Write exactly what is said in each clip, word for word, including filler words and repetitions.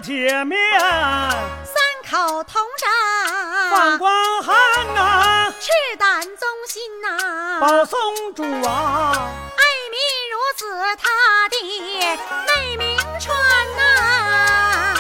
铁面， 三口铜铡， 放光寒啊， 赤胆忠心呐， 保宋主啊， 爱民如子，他的内名传呐。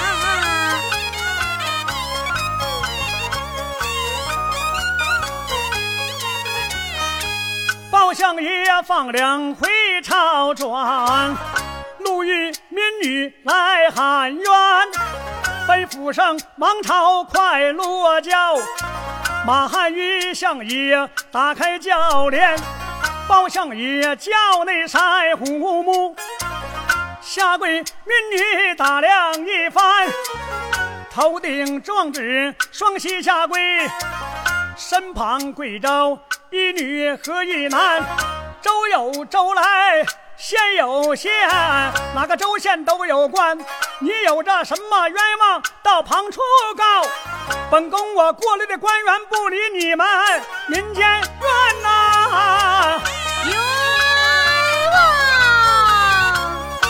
包相爷放两回朝转，路遇民女来喊冤，北府上王朝快落脚，马汉与相爷打开轿帘，包相爷轿内晒虎目，下跪民女打量一番，头顶状纸双膝下跪，身旁跪着一女和一男，周有周来，县有县，哪个州县都有官。你有着什么冤枉，到旁处告。本宫我过来的官员不理你们民间冤呐、 冤枉！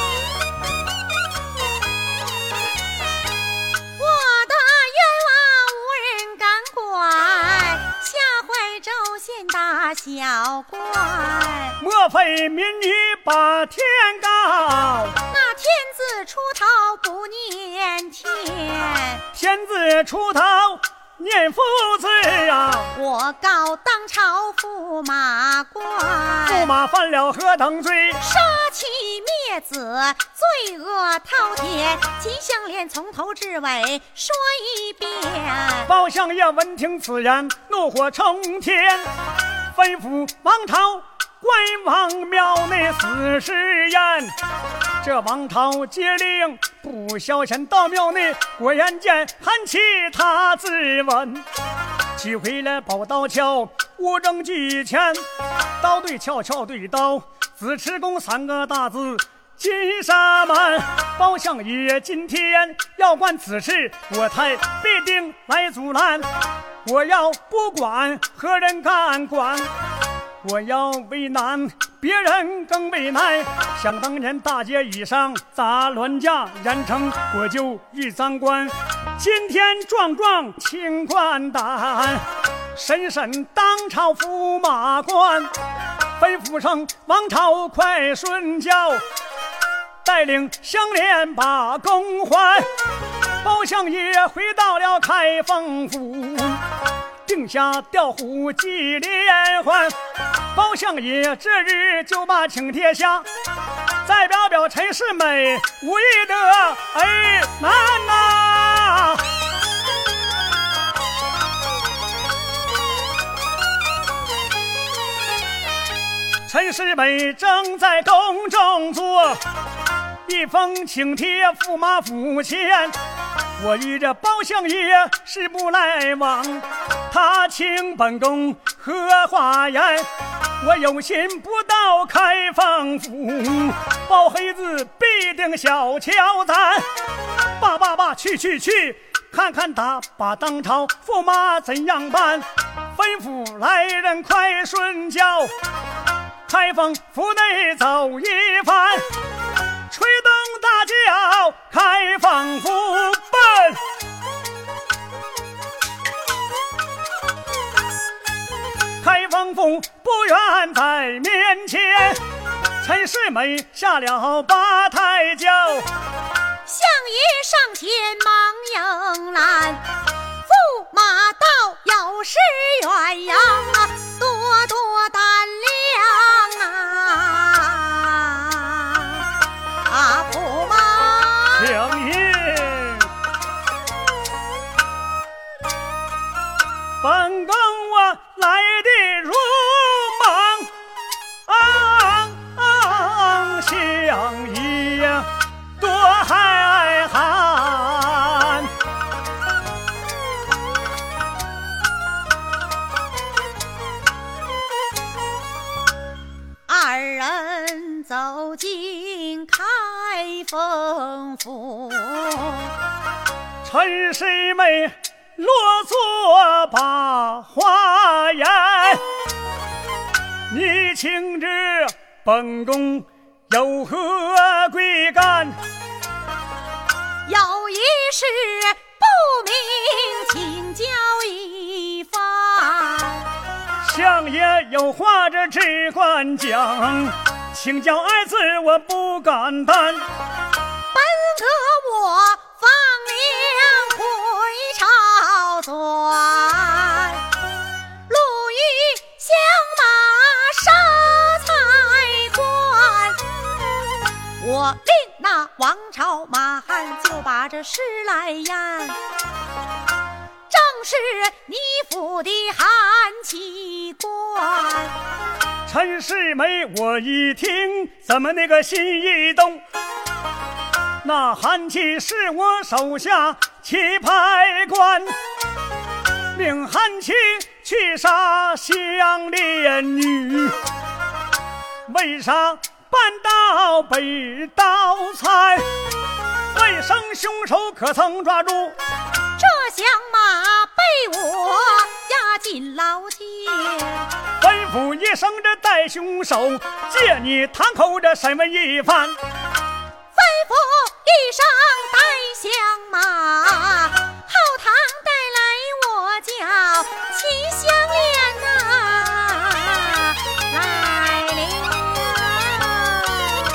我的冤枉无人敢管，下回州县大小怪。 莫非民女把天告？ 那天字出头不念天， 天字出头念父字啊！ 我告当朝驸马官， 驸马犯了何等罪？ 杀妻灭子，罪恶滔天。金项链从头至尾说一遍。 包相爷闻听此言，怒火冲天，吩咐王朝关王庙内死尸焉。这王朝接令不消遣到庙内，果然见喊起他自刎，骑回来宝刀鞘，无证计前，刀对鞘，鞘对刀，子持公三个大字金沙门。包相爷今天要管此事，我太必定来阻拦。我要不管，何人敢管？我要为难，别人更为难。想当年大街以上砸乱架，染成国舅御三官，今天壮壮清官胆，审审当朝驸马官，吩咐声王朝快顺教，带领相连把公还。包相爷回到了开封府，定下调虎记连环。包相爷这日就把请帖下，再表表陈世美无意的儿男呐、陈世美正在宫中坐，一封请帖驸马府前，我与这包相爷是不来往，他请本宫何话言？我有心不到开封府，包黑子必定小乔咱。爸爸爸，去去去，看看他把当朝驸马怎样办？吩咐来人快顺教，开封府内走一番，吹动大轿开封府奔。开封府不远在面前，陈世美下了八抬轿， 相爷上前忙迎拦，驸马道有失远扬啊，多多胆量啊！啊，驸马， 请引。本宫我来的如梦，相爷多海涵。 二人走进开封府， 陈世美落座把话言，你请知本宫有何贵干？ 有一是不明，请教一番。 相爷有话这只管讲，请教二字我不敢担。 本阁我放粮回朝转，路遇响马杀财官，我令那王朝马汉就把这事来言，正是你府的韩奇官。 陈世美我一听，怎么那个心一动？那韩琦是我手下棋牌官，命韩琦去杀香莲女，为啥搬到北道菜？未生凶手可曾抓住？ 这响马被我押进牢监， 吩咐一声这带凶手，借你堂口这审问一番。 吩咐一声带响马，后堂带来我叫齐香莲呐、来了。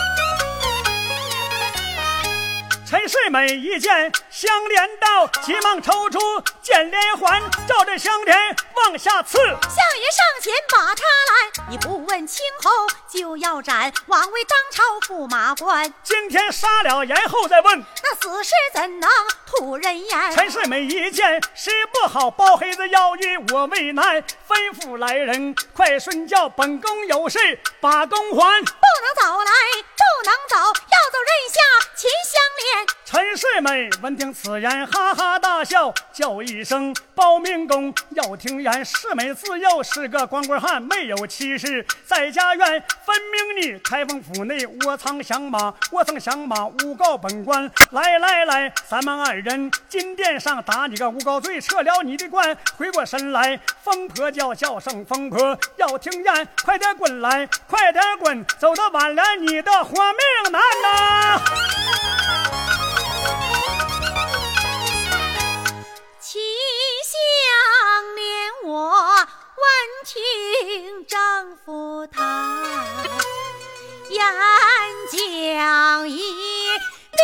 陈世美一见香莲到，急忙抽出剑连环，照着香莲往下刺。 相爷上前把他拦，你不问青后就要斩，枉为当朝驸马官。 今天杀了然后再问， 那死尸怎能吐人言？ 陈世美一见事不好，包黑子要与我为难，吩咐来人快顺叫本宫有事把公还。 不能走来，不能走，要走认下秦香莲。 陈世美闻听此言，哈哈大笑，叫一声包明公。要听言，世美自幼是个光棍汉，没有妻室，在家院分明你开封府内窝藏响马，窝藏响马诬告本官。来来来，咱们二人金殿上打你个诬告罪，撤了你的官。回过身来，疯婆叫叫声疯婆，要听言，快点滚来，快点滚，走得晚了你的活命难呐！ 齐香莲我闻听丈夫他言讲一遍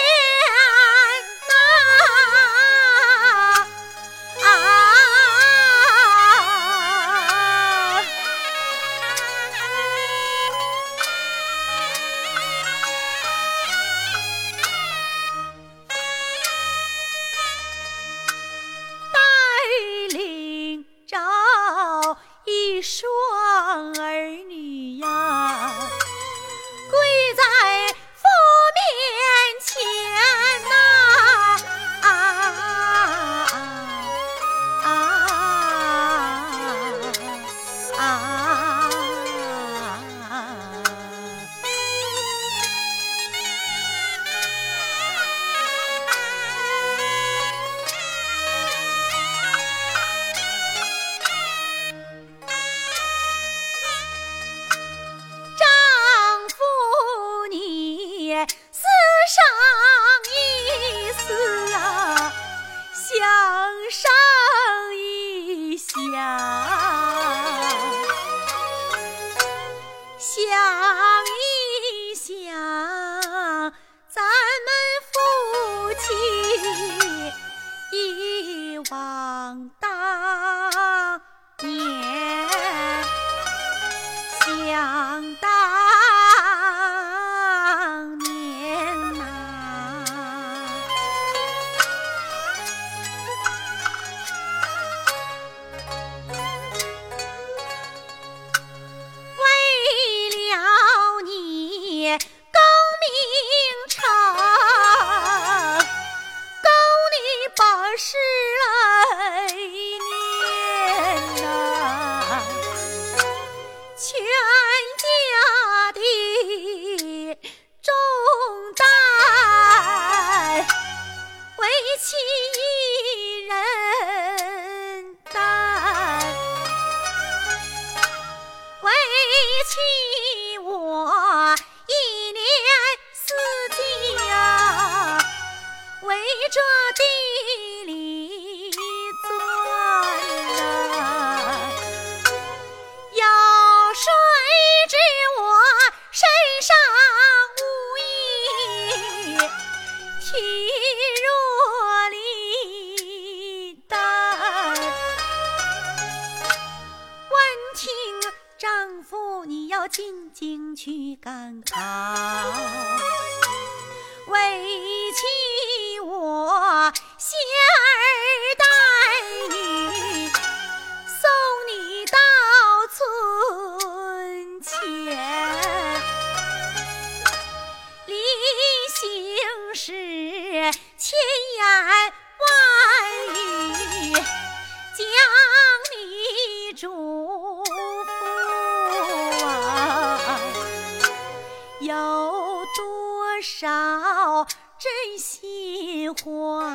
啊啊一双儿女呀，跪在父面前呐、啊，啊啊啊啊！思上一思啊，想上一想，想一想，咱们夫妻一往当年，想当是来年呐，全家的重担为妻一人担，为妻我一年四季呀，为去赶考，为妻我鞋儿带你送你到村前，临行时千言万语将你嘱咐啊，有多少真心话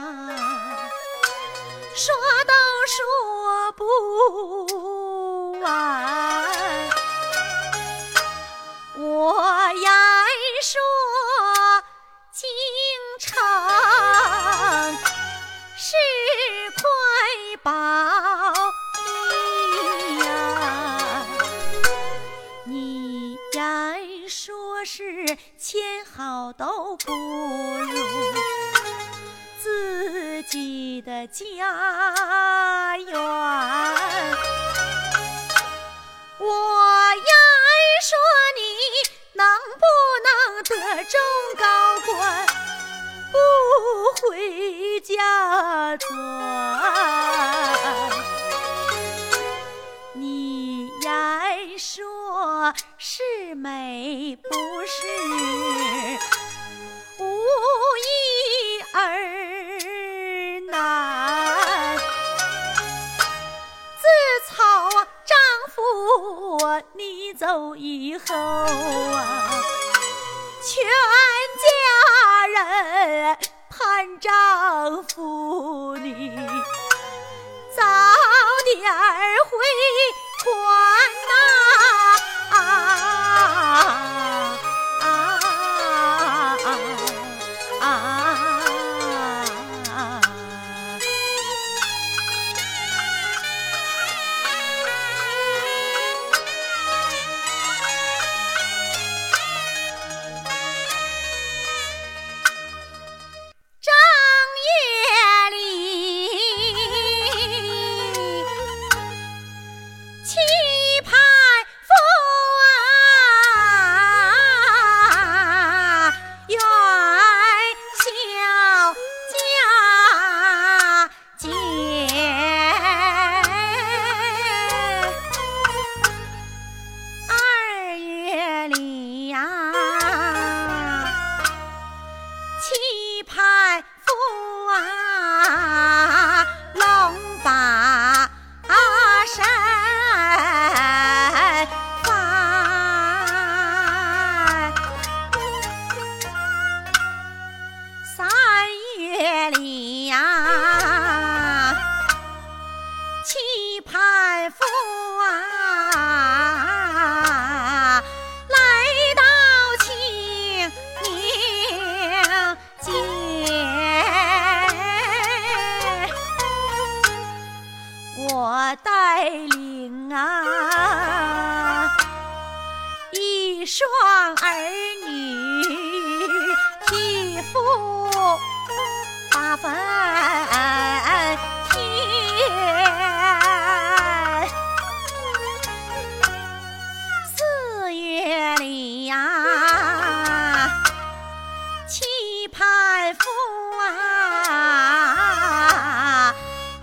说都说不完，我言说京城是块宝地呀，你言说是千好都不如自己的家园，我言说你能不能得中高官，不回家转，你言说是美不是无益而难，自从丈夫你走以后啊，全家人盼丈夫你早点儿回还呐、啊啊啊啊带领啊一双儿女替父八分天，四月里呀、啊、期盼父啊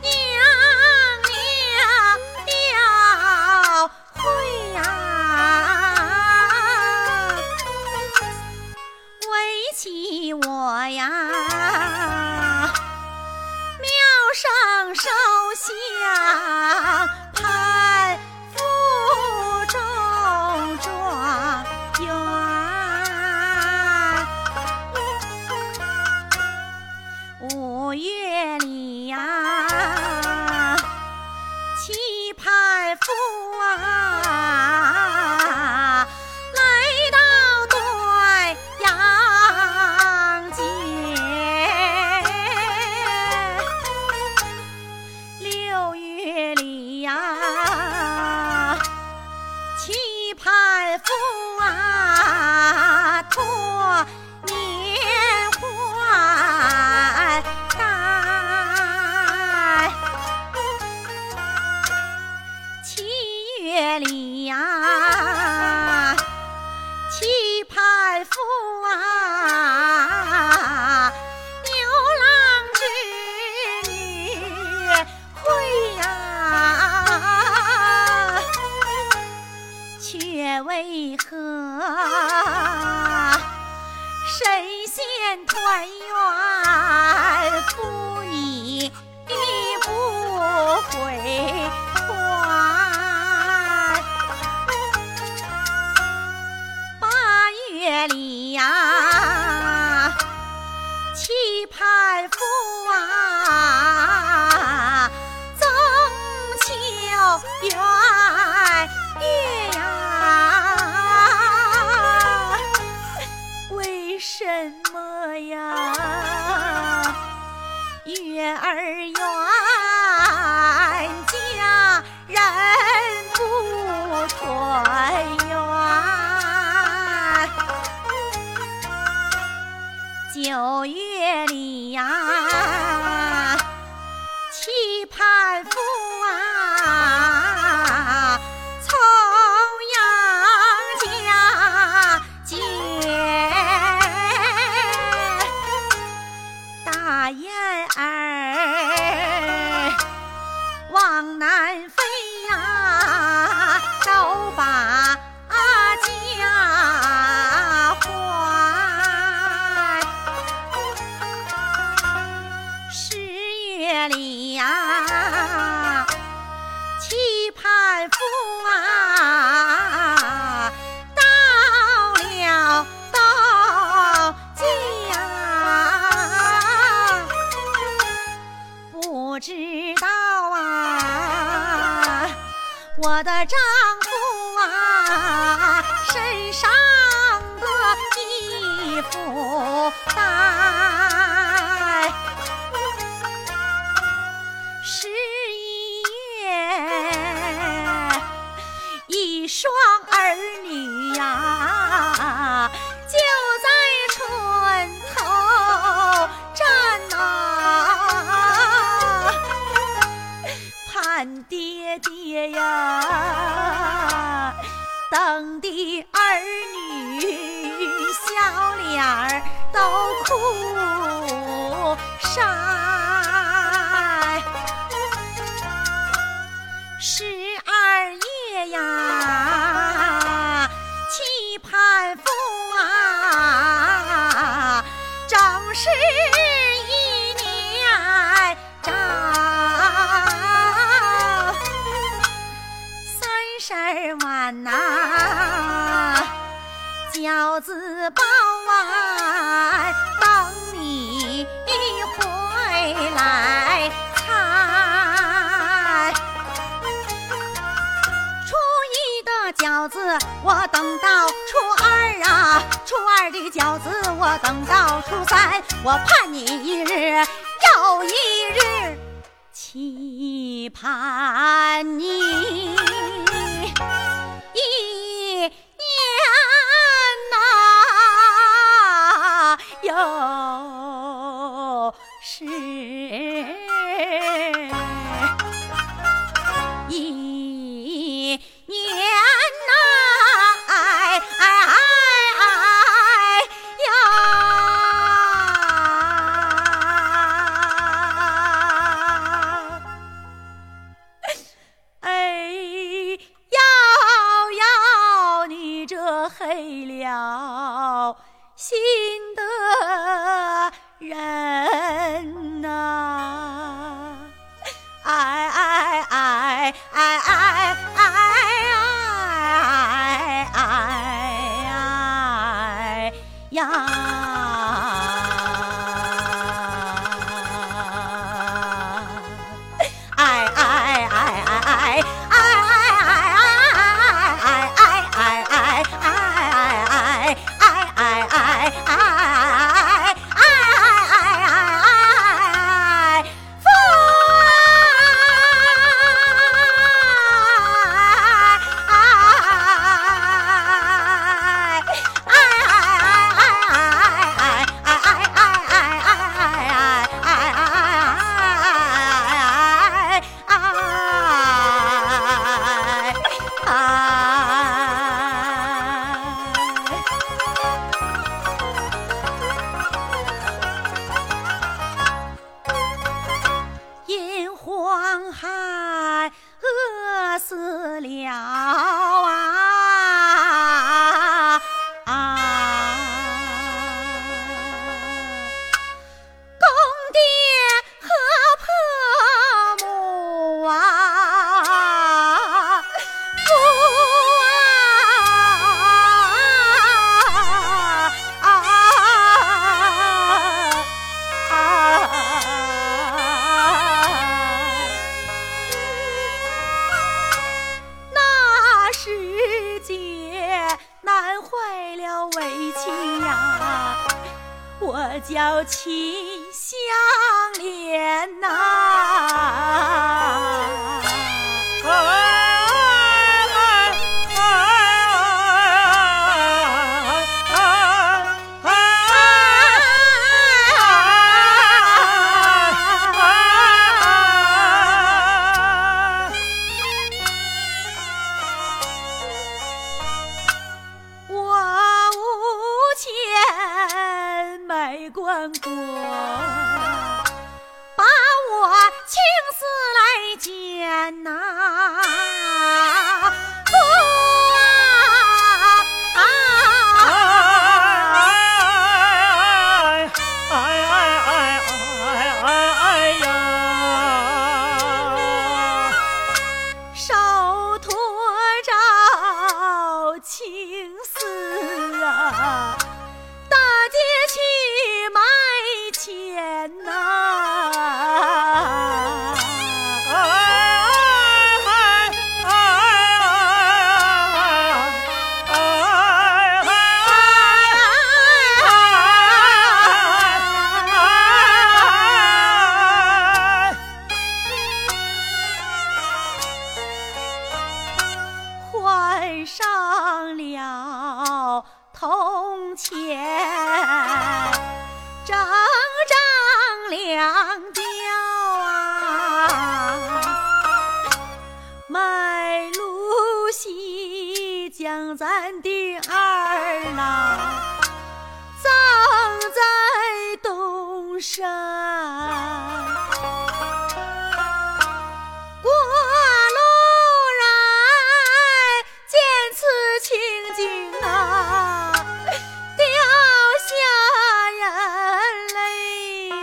我呀，庙上烧香盼父中状元，五月里呀、啊，期盼父啊来到端阳。六月里呀、 回还。八月里呀、啊，棋盘夫啊，中秋圆月呀，为什么呀？月儿圆，家人不团圆。九月里呀、啊，棋盘夫啊，从阳家见。大雁儿往南飞呀，都把家还。十月里呀，棋盘夫啊，到了东家。不知道啊，我的丈夫啊，身上的衣服带。十一月一双儿女呀，就在村头站呐、啊，盼爹爹呀，等的儿女小脸儿都哭晒。十二月呀，棋盘夫啊，正是一年长。三十晚呐、啊，饺子包完，等你回来猜。饺子我等到初二啊，初二的饺子我等到初三，我盼你一日又一日，期盼你一年呐、啊，又是一年呐、哎哎哎哎呀！哎，要要你这黑了心的人呐、啊！哎哎哎哎哎哎哎哎呀！哎哎哎哎哎哎死了啊啊！公爹和婆母啊， 叫亲相连呐。咱的二郎葬在东山，过路人见此情景啊，掉下眼泪呀、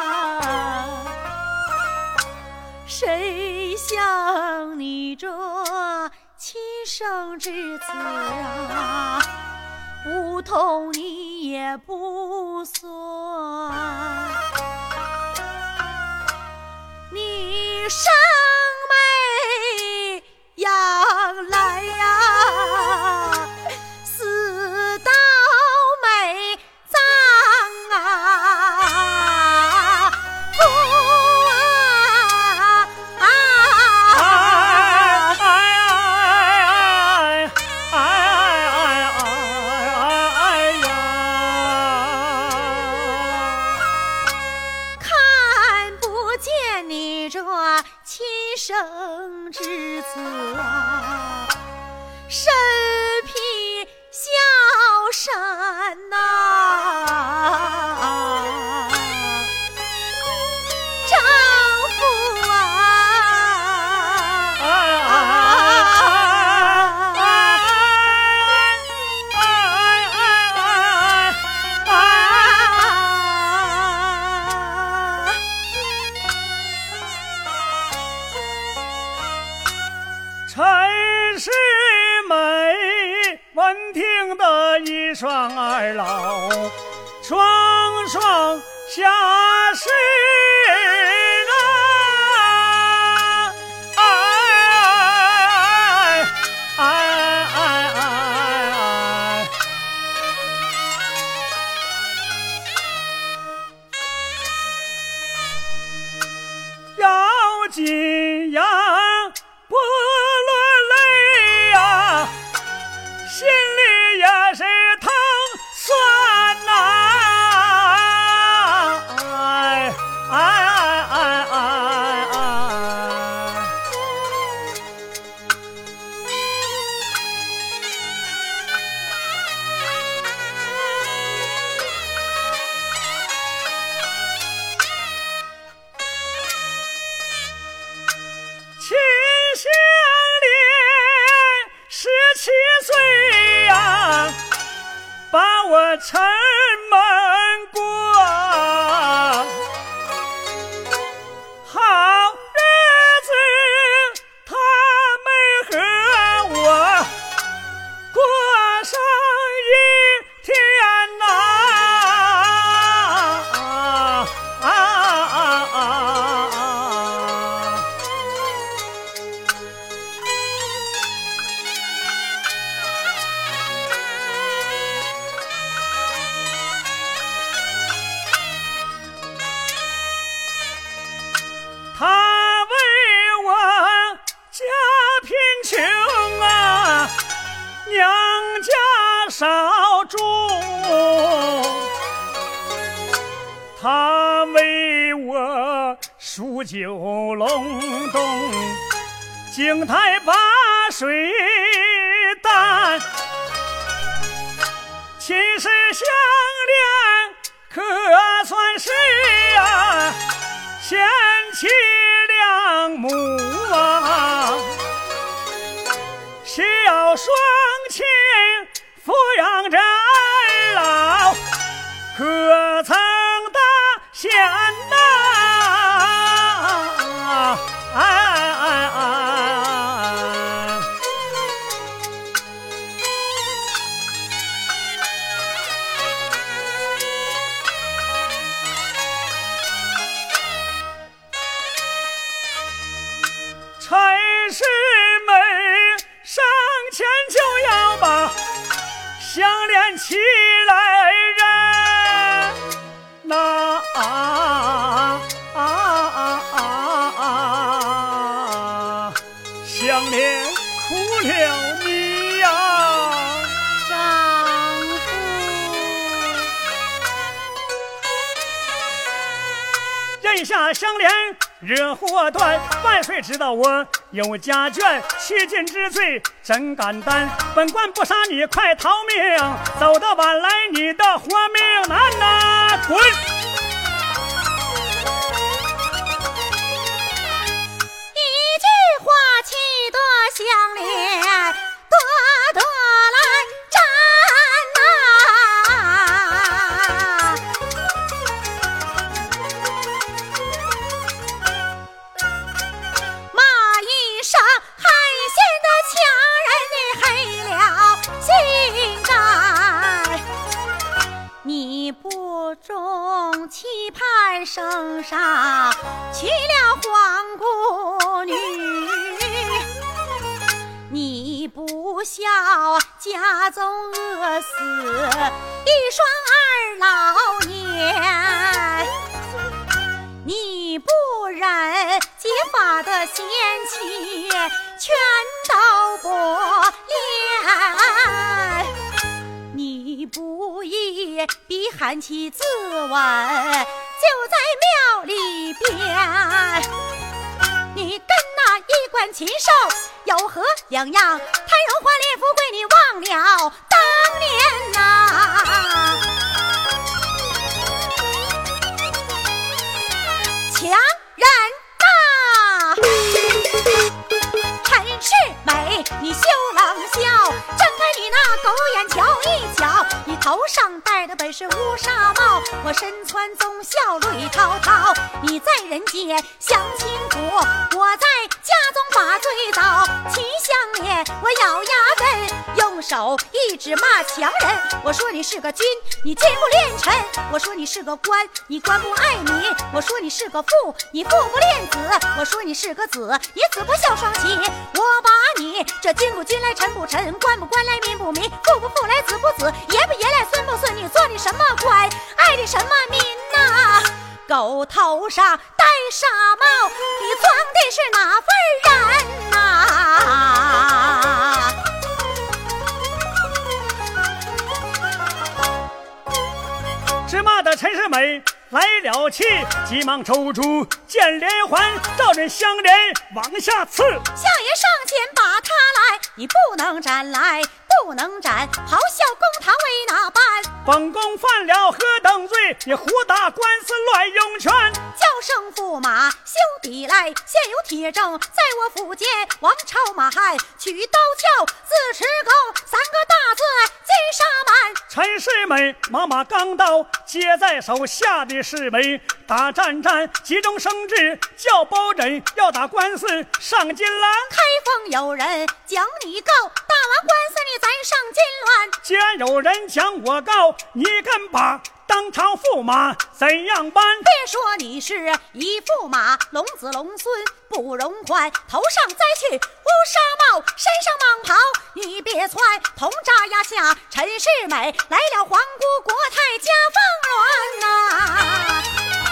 啊，谁像你这亲生之子啊，不同你也不算，你生没养来呀，死到没葬啊，哦啊啊亲生之子啊，身披小衫呐、啊，丈夫啊，啊啊陈世美闻听得一双二老，双双下世啊！哎哎哎哎哎！要紧呀！不落泪呀，心里也是疼酸呐、哎哎哎哎哎！亲相连十七岁呀，把我城门过，好日子他没和我过上一天呐、啊啊啊啊啊！ 少主，他为我数九龙洞，井台把水担，秦氏相恋可算是啊贤妻良母啊，孝双亲抚养着二老，可曾大贤呐、啊啊啊啊差事们上前就要把相连起来人，那啊啊啊啊啊相连哭了你呀、啊， 丈夫。 人下相连惹祸端，万岁知道我有家眷，欺君之罪真敢担。本官不杀你，快逃命！走得晚来，你的活命难呐！滚！ 一句话气得相连，多多来战呐、骂一声害心的强人，你黑了心肝。你不中期盼圣上，娶了皇姑女，你不孝家中饿死一双二老年，你不忍结发的贤妻全都不怜，你不依逼喊妻自刎，就在庙里边，你跟那衣冠禽兽有何两样？贪荣华烈富贵，你忘了当年呐、强人呐、陈世美，你休冷笑，睁开你那狗眼瞧一瞧，你头上戴的本是乌纱帽，我身穿忠孝绿滔滔，你在人间享清福，我在家中把罪遭，秦香莲我咬牙根，用手一指骂强人，我说你是个君，你君不恋臣，我说你是个官，你官不爱民，我说你是个父，你父不恋子，我说你是个子，你子不孝双亲，我把你这君不君来臣不臣，官不官来民不民，父不父来子不子，爷不爷来孙不孙，你做你什么官，爱你什么民呐、啊？狗头上戴纱帽，你装的是哪份人呐、啊？ 只骂的陈世美来了气，急忙抽出剑连环，照人相连往下刺。 相爷上前把他来，你不能斩来，不能斩，咆哮公堂为哪般？ 本宫犯了何等罪？你胡打官司乱用权， 叫声驸马休抵赖，现有铁证在我府间，王朝马汉取刀鞘自持钩，三个大字金沙满。 陈世美妈妈刚到，接在手下的世美打战战，急中生智，叫包拯要打官司上金兰。 开封有人将你告，打完官司你再上金銮。 既然有人将我告，你敢把当朝驸马怎样办？ 别说你是一驸马，龙子龙孙不容换，头上栽去乌纱帽，身上蟒袍你别穿，铜扎压下陈世美，来了皇姑国泰家放鸾呐、啊。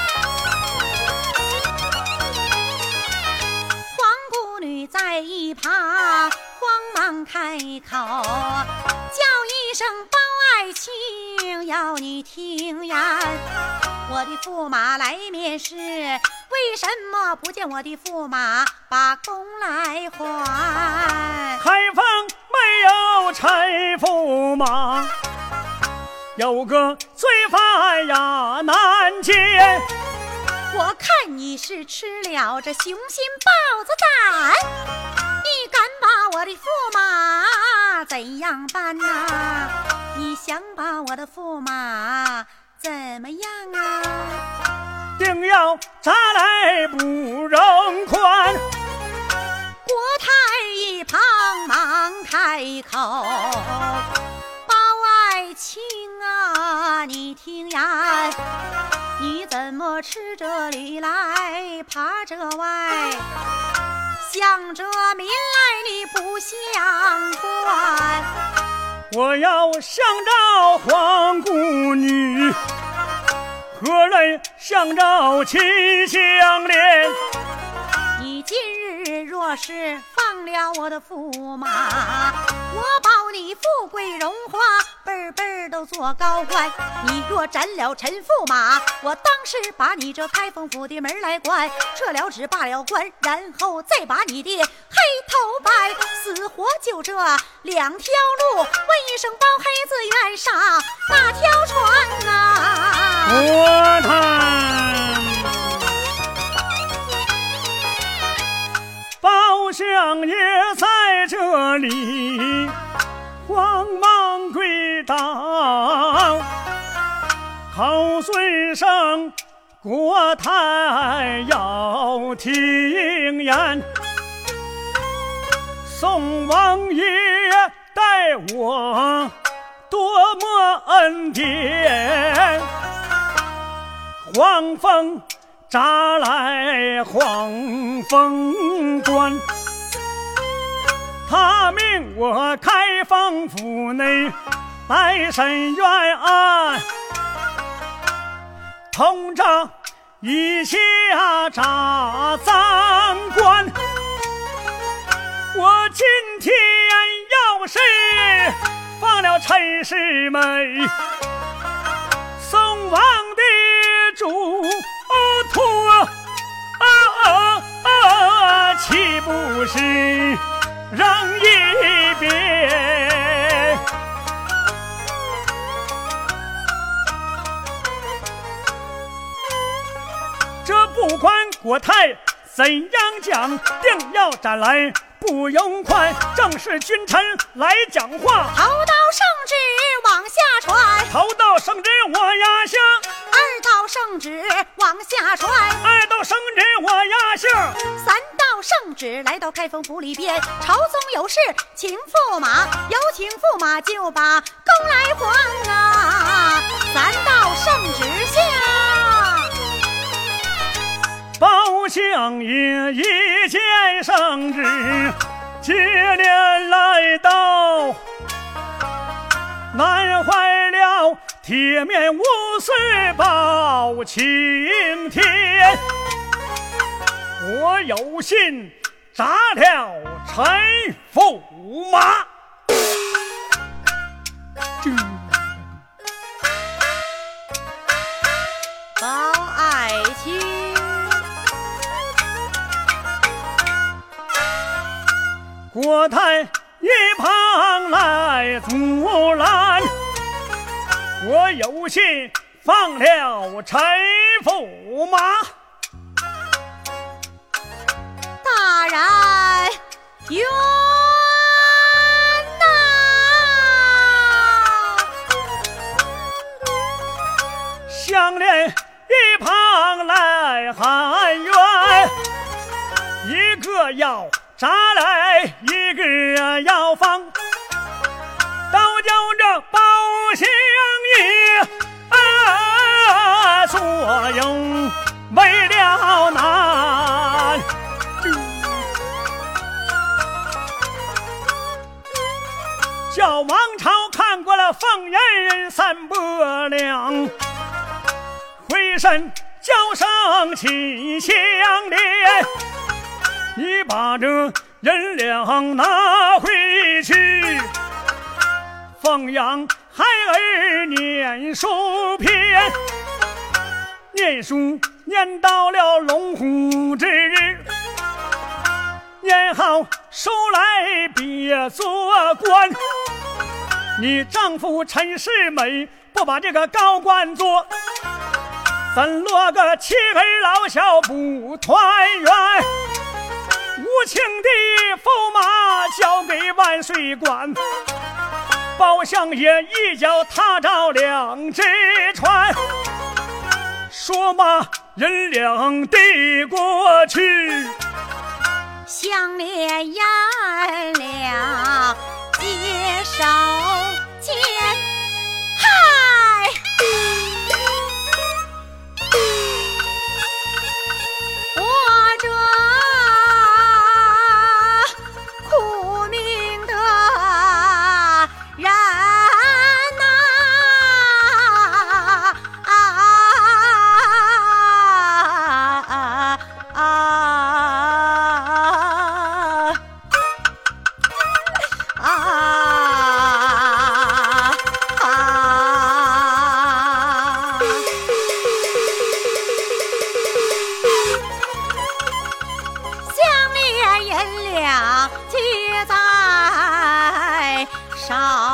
皇姑女在一旁慌忙开口，叫一一声报爱情，要你听呀。我的驸马来面试，为什么不见我的驸马把功来还？ 开封没有陈驸马，有个罪犯呀难见。 我看你是吃了这雄心豹子胆，你敢把我的驸马怎样办呐？你想把我的驸马怎么样啊？ 定要扎来不容宽。 国太一旁忙开口，报爱情啊，你听呀，你怎么吃这里来爬这外，想着民来你不想管。 我要相照皇姑女，何人相照亲相连？ 你今日若是放了我的驸马，我保你富贵荣华，辈辈都做高官。你若斩了陈驸马，我当时把你这开封府的门来关，撤了职罢了官，然后再把你的黑头白，死活就这两条路。问一声包黑子愿上那条船啊？ 我谈包相爷在这里慌忙跪倒，口水声国太要听言。宋王爷待我多么恩典，黄蜂扎来黄蜂关，他命我开封府内百审冤案，通章以下查赃官。我今天要是放了陈世美，宋王的主徒啊啊啊，岂不是扔一边？这不管国太怎样讲，定要斩来不用宽。正是君臣来讲话， 头道圣旨往下传， 头道圣旨我压下， 二道圣旨往下传， 二道圣旨我压下， 三道圣旨来到开封府里边，朝中有事请驸马，有请驸马就把功来还啊！三道圣旨下， 包相爷一见圣旨，接连来到，难坏了铁面无私包青天。我有心杀了陈驸马， 包爱卿国太一旁来阻拦，我有心放了陈驸马。 大人冤呐！ 相连一旁来喊冤，一个要扎来，一个要放，都叫这包相爷啊作用为了难。叫王朝看过了凤眼三伯亮，回身叫声亲相连，你把这银两拿回去， 奉养孩儿念书篇，念书念到了龙虎之日，念好书来别做官。你丈夫陈世美不把这个高官做，怎落个妻儿老小不团圆？无情的驸马交给万岁管，包相爷一脚踏着两只船，说骂人两地过去， 相连颜两接手间，嗨！我这苦命的人呐、啊，啊啊啊啊啊！相连银两记在手，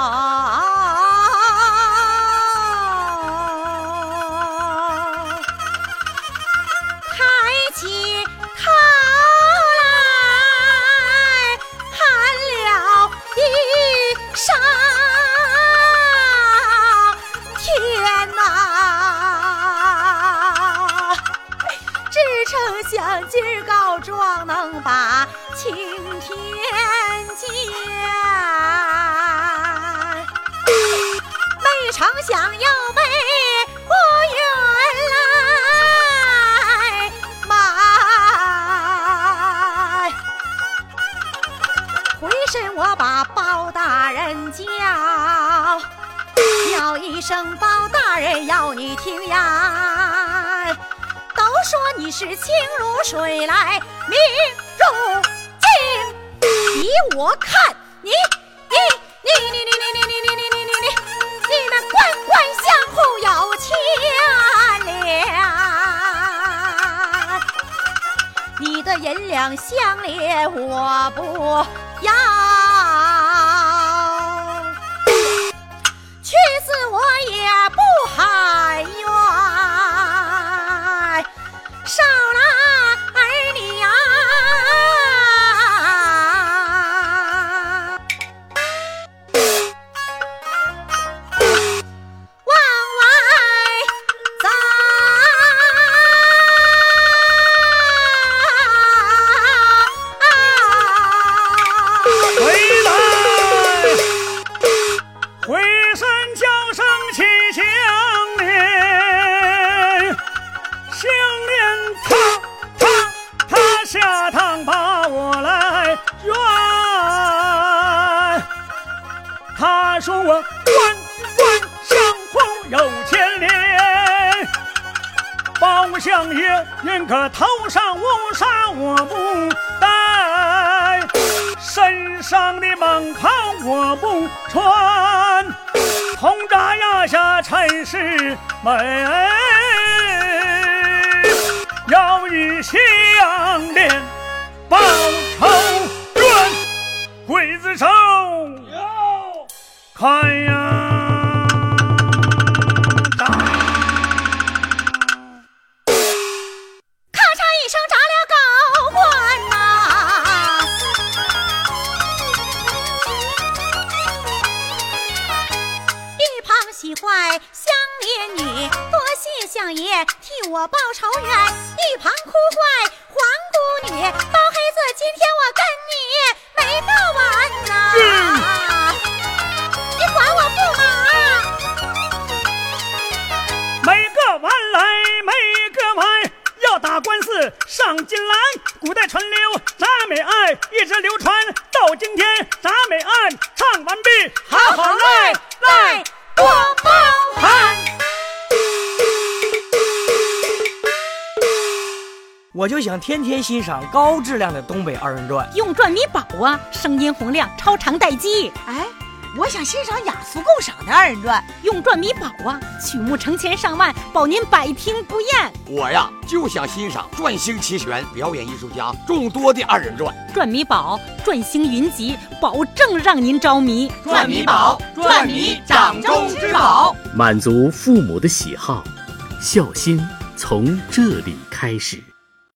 抬起头来喊了一声天哪！只称想今儿告状能把青天见，没成想要被我原来瞒。回身我把包大人叫，叫一声包大人要你听呀，都说你是清如水来明如镜，依我看你你你你你你你你你你你你你们官官相护有牵连，你的银两相连我不要，去死我也不喊冤，少了儿女啊，往外走， 回来回身叫声起相连，相连他他他下堂把我来冤，他说我官官相护有牵连，包相爷宁可头上乌纱我不戴，身上的蟒袍我不穿，铜闸压下陈世美，要以相连报仇冤，刽子手看呀！ 咔嚓一声砸了高官呐、一旁喜坏相连女，多谢相爷替我报仇冤，一旁哭坏皇姑女，包黑子今天我跟你没个完呐、 嗯你还我驸马， 每个完来每个完，要打官司上金兰，古代传流铡美案一直流传到今天，铡美案唱完毕，好好来来多包涵。 我就想天天欣赏高质量的东北二人转， 用转米宝啊，声音洪亮，超长待机。 哎， 我想欣赏雅俗共赏的二人转， 用转米宝啊，曲目成千上万，保您百听不厌。 我呀就想欣赏转星齐全、表演艺术家众多的二人转。 转米宝，转星云集，保证让您着迷。 转米宝，转米掌中之宝， 满足父母的喜好，孝心从这里开始。